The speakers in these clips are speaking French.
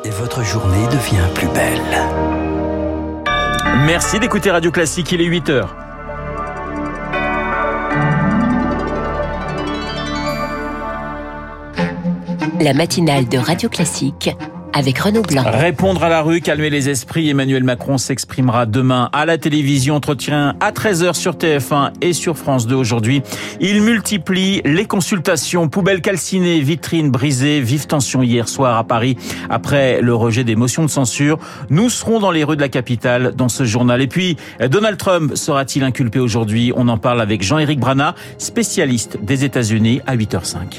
et votre journée devient plus belle. Merci d'écouter Radio Classique, il est 8h. La matinale de Radio Classique avec Renaud Blanc. Répondre à la rue, calmer les esprits. Emmanuel Macron s'exprimera demain à la télévision. Entretien à 13h sur TF1 et sur France 2 aujourd'hui. Il multiplie les consultations. Poubelles calcinées, vitrines brisées. Vive tension hier soir à Paris après le rejet des motions de censure. Nous serons dans les rues de la capitale dans ce journal. Et puis, Donald Trump sera-t-il inculpé aujourd'hui? On en parle avec Jean-Éric Brana, spécialiste des États-Unis à 8h05.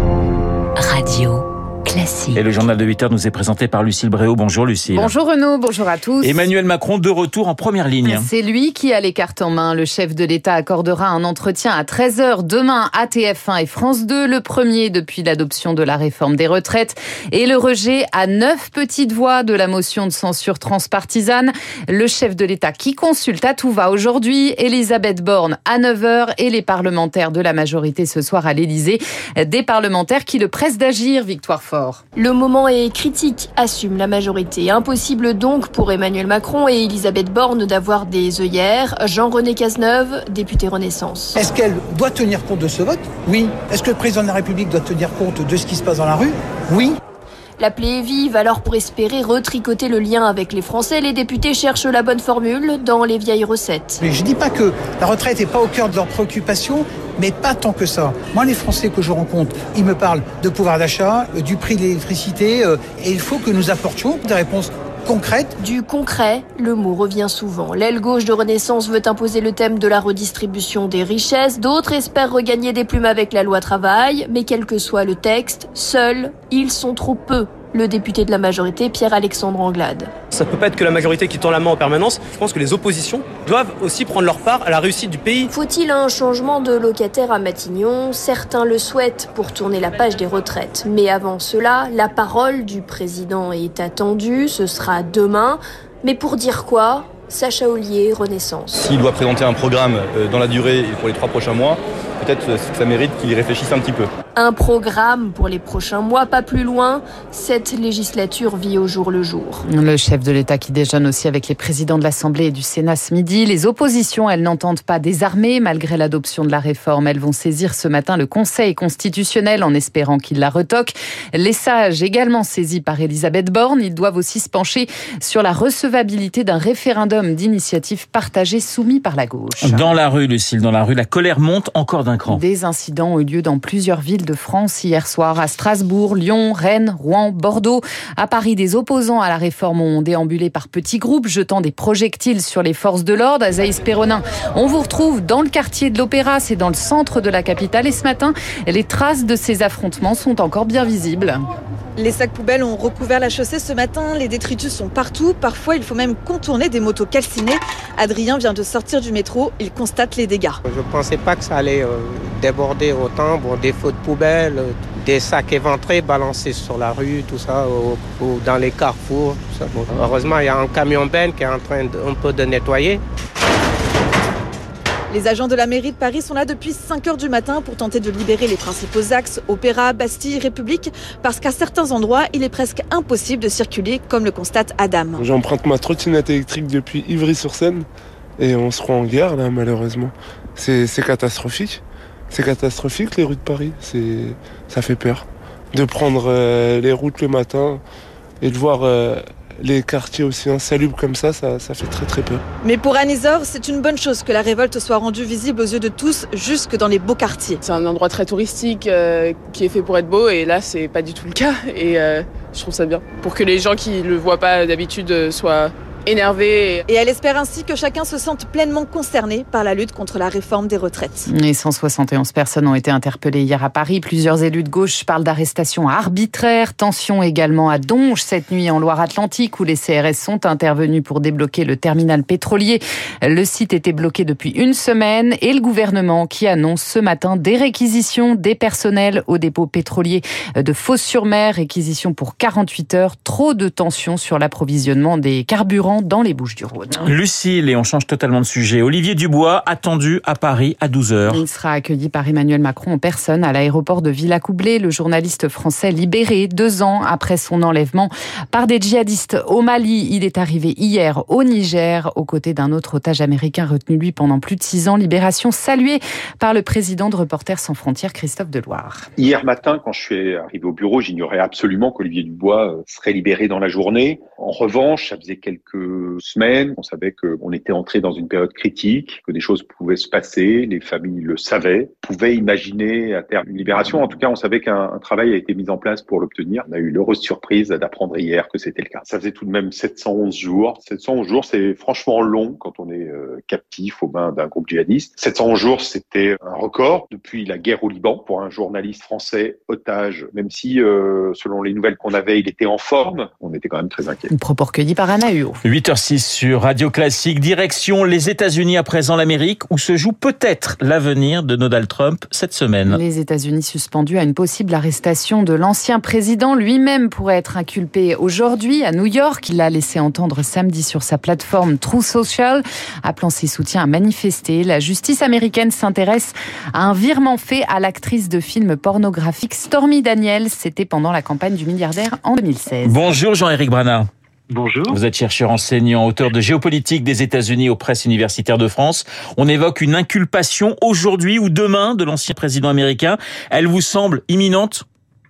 Radio Classique. Et le journal de 8h nous est présenté par Lucille Bréau. Bonjour Lucille. Bonjour Renaud, bonjour à tous. Emmanuel Macron de retour en première ligne. C'est lui qui a les cartes en main. Le chef de l'État accordera un entretien à 13h demain à TF1 et France 2. Le premier depuis l'adoption de la réforme des retraites et le rejet à 9 petites voix de la motion de censure transpartisane. Le chef de l'État qui consulte à tout va aujourd'hui. Elisabeth Borne à 9h et les parlementaires de la majorité ce soir à l'Élysée. Des parlementaires qui le pressent d'agir, Victoire Fort. Le moment est critique, assume la majorité. Impossible donc pour Emmanuel Macron et Elisabeth Borne d'avoir des œillères. Jean-René Cazeneuve, député Renaissance. Est-ce qu'elle doit tenir compte de ce vote? Oui. Est-ce que le président de la République doit tenir compte de ce qui se passe dans la rue? Oui. La plaie est vive, alors pour espérer retricoter le lien avec les Français, les députés cherchent la bonne formule dans les vieilles recettes. Mais je dis pas que la retraite n'est pas au cœur de leurs préoccupations, mais pas tant que ça. Moi, les Français que je rencontre, ils me parlent de pouvoir d'achat, du prix de l'électricité, et il faut que nous apportions des réponses concrète. Du concret, le mot revient souvent. L'aile gauche de Renaissance veut imposer le thème de la redistribution des richesses. D'autres espèrent regagner des plumes avec la loi travail. Mais quel que soit le texte, seuls, ils sont trop peu. Le député de la majorité, Pierre-Alexandre Anglade. Ça ne peut pas être que la majorité qui tend la main en permanence. Je pense que les oppositions doivent aussi prendre leur part à la réussite du pays. Faut-il un changement de locataire à Matignon? Certains le souhaitent pour tourner la page des retraites. Mais avant cela, la parole du président est attendue. Ce sera demain. Mais pour dire quoi? Sacha Ollier, Renaissance. S'il doit présenter un programme dans la durée et pour les 3 prochains mois, peut-être que ça mérite qu'il y réfléchisse un petit peu. Un programme pour les prochains mois, pas plus loin. Cette législature vit au jour le jour. Le chef de l'État qui déjeune aussi avec les présidents de l'Assemblée et du Sénat ce midi. Les oppositions, elles n'entendent pas désarmer. Malgré l'adoption de la réforme, elles vont saisir ce matin le Conseil constitutionnel en espérant qu'il la retoque. Les sages, également saisis par Elisabeth Borne, ils doivent aussi se pencher sur la recevabilité d'un référendum d'initiative partagée soumis par la gauche. Dans la rue, Lucille, dans la rue, la colère monte encore d'un cran. Des incidents ont eu lieu dans plusieurs villes de France hier soir, à Strasbourg, Lyon, Rennes, Rouen, Bordeaux. À Paris, des opposants à la réforme ont déambulé par petits groupes, jetant des projectiles sur les forces de l'ordre. Azaïs Perronin, on vous retrouve dans le quartier de l'Opéra, c'est dans le centre de la capitale. Et ce matin, les traces de ces affrontements sont encore bien visibles. Les sacs poubelles ont recouvert la chaussée ce matin, les détritus sont partout, parfois il faut même contourner des motos calcinées. Adrien vient de sortir du métro, il constate les dégâts. Je ne pensais pas que ça allait déborder autant, des feux de poubelle, des sacs éventrés balancés sur la rue, tout ça, ou dans les carrefours. Tout ça. Bon, heureusement, il y a un camion Ben qui est en train un peu de nettoyer. Les agents de la mairie de Paris sont là depuis 5h du matin pour tenter de libérer les principaux axes, Opéra, Bastille, République, parce qu'à certains endroits, il est presque impossible de circuler, comme le constate Adam. J'emprunte ma trottinette électrique depuis Ivry-sur-Seine et on se croit en guerre là, malheureusement. C'est catastrophique. C'est catastrophique les rues de Paris. Ça fait peur de prendre les routes le matin et de voir les quartiers aussi insalubres comme ça fait très très peur. Mais pour Anisor, c'est une bonne chose que la révolte soit rendue visible aux yeux de tous, jusque dans les beaux quartiers. C'est un endroit très touristique qui est fait pour être beau et là c'est pas du tout le cas et je trouve ça bien. Pour que les gens qui le voient pas d'habitude soient énervés. Et elle espère ainsi que chacun se sente pleinement concerné par la lutte contre la réforme des retraites. Et 171 personnes ont été interpellées hier à Paris. Plusieurs élus de gauche parlent d'arrestations arbitraires. Tension également à Donge cette nuit en Loire-Atlantique où les CRS sont intervenus pour débloquer le terminal pétrolier. Le site était bloqué depuis une semaine et le gouvernement qui annonce ce matin des réquisitions des personnels au dépôt pétrolier de Fos-sur-Mer. Réquisition pour 48 heures. Trop de tensions sur l'approvisionnement des carburants Saint-Laurent dans les Bouches-du-Rhône. Lucille, et on change totalement de sujet. Olivier Dubois, attendu à Paris à 12h. Il sera accueilli par Emmanuel Macron en personne à l'aéroport de Villacoublay. Le journaliste français libéré 2 ans après son enlèvement par des djihadistes au Mali. Il est arrivé hier au Niger aux côtés d'un autre otage américain retenu lui pendant plus de 6 ans. Libération saluée par le président de Reporters sans frontières, Christophe Deloire. Hier matin, quand je suis arrivé au bureau, j'ignorais absolument qu'Olivier Dubois serait libéré dans la journée. En revanche, ça faisait quelques semaines qu'on savait qu'on était entré dans une période critique, que des choses pouvaient se passer, les familles le savaient, pouvaient imaginer à terme une libération. En tout cas, on savait qu'un travail a été mis en place pour l'obtenir. On a eu l'heureuse surprise d'apprendre hier que c'était le cas. Ça faisait tout de même 711 jours. 711 jours, c'est franchement long quand on est captif aux mains d'un groupe djihadiste. 711 jours, c'était un record depuis la guerre au Liban pour un journaliste français otage, même si, selon les nouvelles qu'on avait, il était en forme. On était quand même très inquiets. Un propos recueilli par Anna Huot. 8h06 sur Radio Classique. Direction les États-Unis, à présent l'Amérique, où se joue peut-être l'avenir de Donald Trump cette semaine. Les États-Unis suspendus à une possible arrestation de l'ancien président. Lui-même pourrait être inculpé aujourd'hui à New York. Il l'a laissé entendre samedi sur sa plateforme Truth Social, appelant ses soutiens à manifester. La justice américaine s'intéresse à un virement fait à l'actrice de films pornographiques Stormy Daniels. C'était pendant la campagne du milliardaire en 2016. Bonjour Jean-Éric Brana. Bonjour. Vous êtes chercheur enseignant, auteur de Géopolitique des États-Unis aux Presses universitaires de France. On évoque une inculpation aujourd'hui ou demain de l'ancien président américain. Elle vous semble imminente ?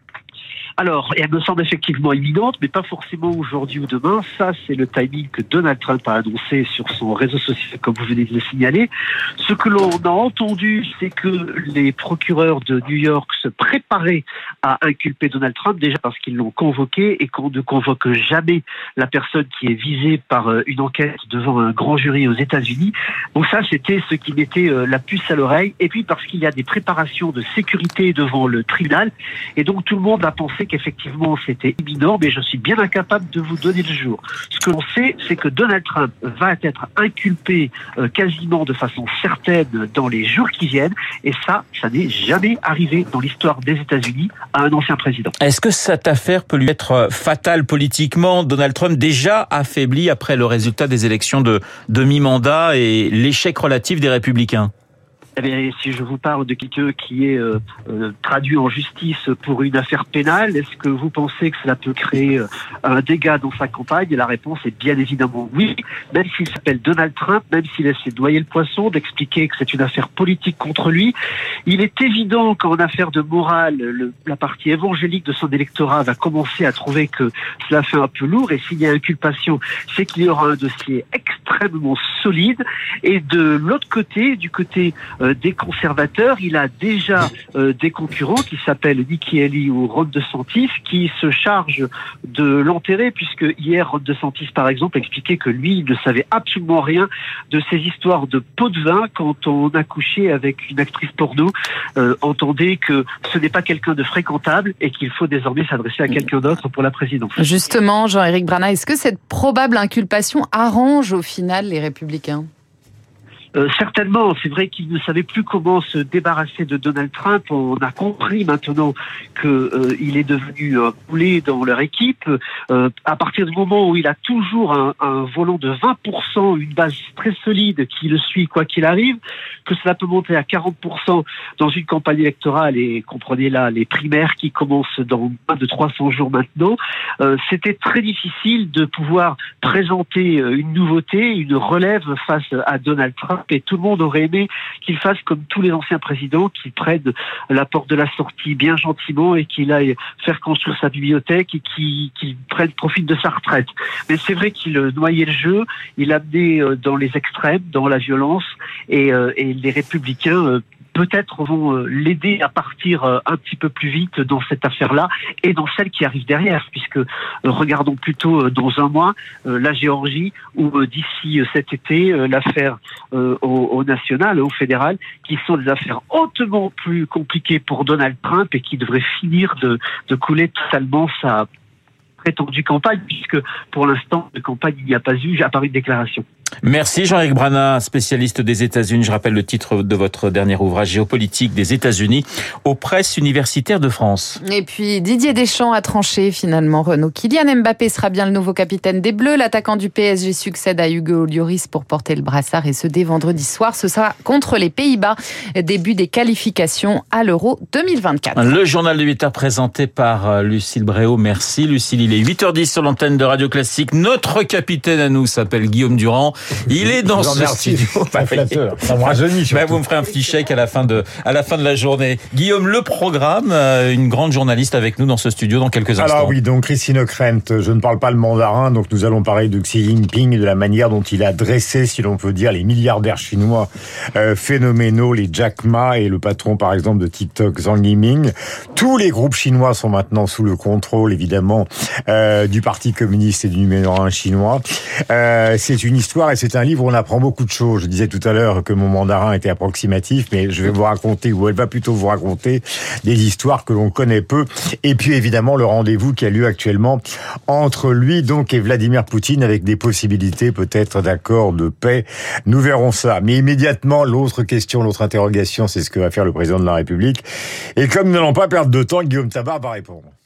Alors, elle me semble effectivement imminente, mais pas forcément aujourd'hui ou demain. Ça, c'est le timing que Donald Trump a annoncé sur son réseau social, comme vous venez de le signaler. Ce que l'on a entendu, c'est que les procureurs de New York se préparaient à inculper Donald Trump, déjà parce qu'ils l'ont convoqué et qu'on ne convoque jamais la personne qui est visée par une enquête devant un grand jury aux États-Unis. Donc ça, c'était ce qui mettait la puce à l'oreille. Et puis parce qu'il y a des préparations de sécurité devant le tribunal. Et donc tout le monde a pensé qu'effectivement c'était imminent, mais je suis bien incapable de vous donner le jour. Ce que l'on sait, c'est que Donald Trump va être inculpé quasiment de façon certaine dans les jours qui viennent, et ça n'est jamais arrivé dans l'histoire des États-Unis à un ancien président. Est-ce que cette affaire peut lui être fatale politiquement ? Donald Trump déjà affaibli après le résultat des élections de mi-mandat et l'échec relatif des Républicains. Eh bien, si je vous parle de quelqu'un qui est traduit en justice pour une affaire pénale, est-ce que vous pensez que cela peut créer un dégât dans sa campagne ? Et la réponse est bien évidemment oui. Même s'il s'appelle Donald Trump, même s'il essaie de noyer le poisson, d'expliquer que c'est une affaire politique contre lui, il est évident qu'en affaire de morale, la partie évangélique de son électorat va commencer à trouver que cela fait un peu lourd. Et s'il y a inculpation, c'est qu'il y aura un dossier extrêmement solide. Et de l'autre côté, du côté des conservateurs, il a déjà des concurrents qui s'appellent Nikki Haley ou Ron DeSantis qui se chargent de l'enterrer, puisque hier Ron DeSantis par exemple expliquait que lui il ne savait absolument rien de ces histoires de pot de vin quand on a couché avec une actrice porno. Entendez que ce n'est pas quelqu'un de fréquentable et qu'il faut désormais s'adresser à quelqu'un d'autre pour la présidence. Justement, Jean-Éric Brana, est-ce que cette probable inculpation arrange au final les Républicains ? Certainement, c'est vrai qu'ils ne savaient plus comment se débarrasser de Donald Trump. On a compris maintenant qu'il est devenu un boulet dans leur équipe. À partir du moment où il a toujours un volant de 20%, une base très solide qui le suit quoi qu'il arrive, que cela peut monter à 40% dans une campagne électorale, et comprenez là les primaires qui commencent dans moins de 300 jours maintenant, c'était très difficile de pouvoir présenter une nouveauté, une relève face à Donald Trump. Et tout le monde aurait aimé qu'il fasse comme tous les anciens présidents, qu'il prenne la porte de la sortie bien gentiment et qu'il aille faire construire sa bibliothèque et qu'il prenne profit de sa retraite. Mais c'est vrai qu'il noyait le jeu, il amenait dans les extrêmes, dans la violence, et les républicains peut-être vont l'aider à partir un petit peu plus vite dans cette affaire-là et dans celle qui arrive derrière, puisque regardons plutôt dans un mois la Géorgie, ou d'ici cet été l'affaire au national, au fédéral, qui sont des affaires hautement plus compliquées pour Donald Trump et qui devraient finir de couler totalement sa prétendue campagne, puisque pour l'instant de campagne il n'y a pas eu, à part une déclaration. Merci Jean-Éric Brana, spécialiste des États-Unis. Je rappelle le titre de votre dernier ouvrage, Géopolitique des États-Unis aux presses universitaires de France. Et puis Didier Deschamps a tranché finalement, Renaud. Kylian Mbappé sera bien le nouveau capitaine des Bleus. L'attaquant du PSG succède à Hugo Lloris pour porter le brassard, et ce dès vendredi soir. Ce sera contre les Pays-Bas, début des qualifications à l'Euro 2024. Le journal de 8h présenté par Lucille Bréau. Merci Lucille, il est 8h10 sur l'antenne de Radio Classique. Notre capitaine à nous s'appelle Guillaume Durand. Il est dans ce studio. Ça me rajeunit. Vous me ferez un petit chèque à la fin de la journée. Guillaume, le programme, une grande journaliste avec nous dans ce studio dans quelques instants. Alors oui, donc Christine Ockrent, je ne parle pas le mandarin, donc nous allons parler de Xi Jinping, de la manière dont il a dressé, si l'on peut dire, les milliardaires chinois phénoménaux, les Jack Ma et le patron par exemple de TikTok, Zhang Yiming. Tous les groupes chinois sont maintenant sous le contrôle évidemment du Parti communiste et du numéro 1 chinois. C'est une histoire et c'est un livre où on apprend beaucoup de choses. Je disais tout à l'heure que mon mandarin était approximatif, mais je vais vous raconter, ou elle va plutôt vous raconter, des histoires que l'on connaît peu. Et puis évidemment le rendez-vous qui a lieu actuellement entre lui donc et Vladimir Poutine, avec des possibilités peut-être d'accord de paix. Nous verrons ça. Mais immédiatement, l'autre question, l'autre interrogation, c'est ce que va faire le président de la République. Et comme nous n'allons pas perdre de temps, Guillaume Tabar va répondre.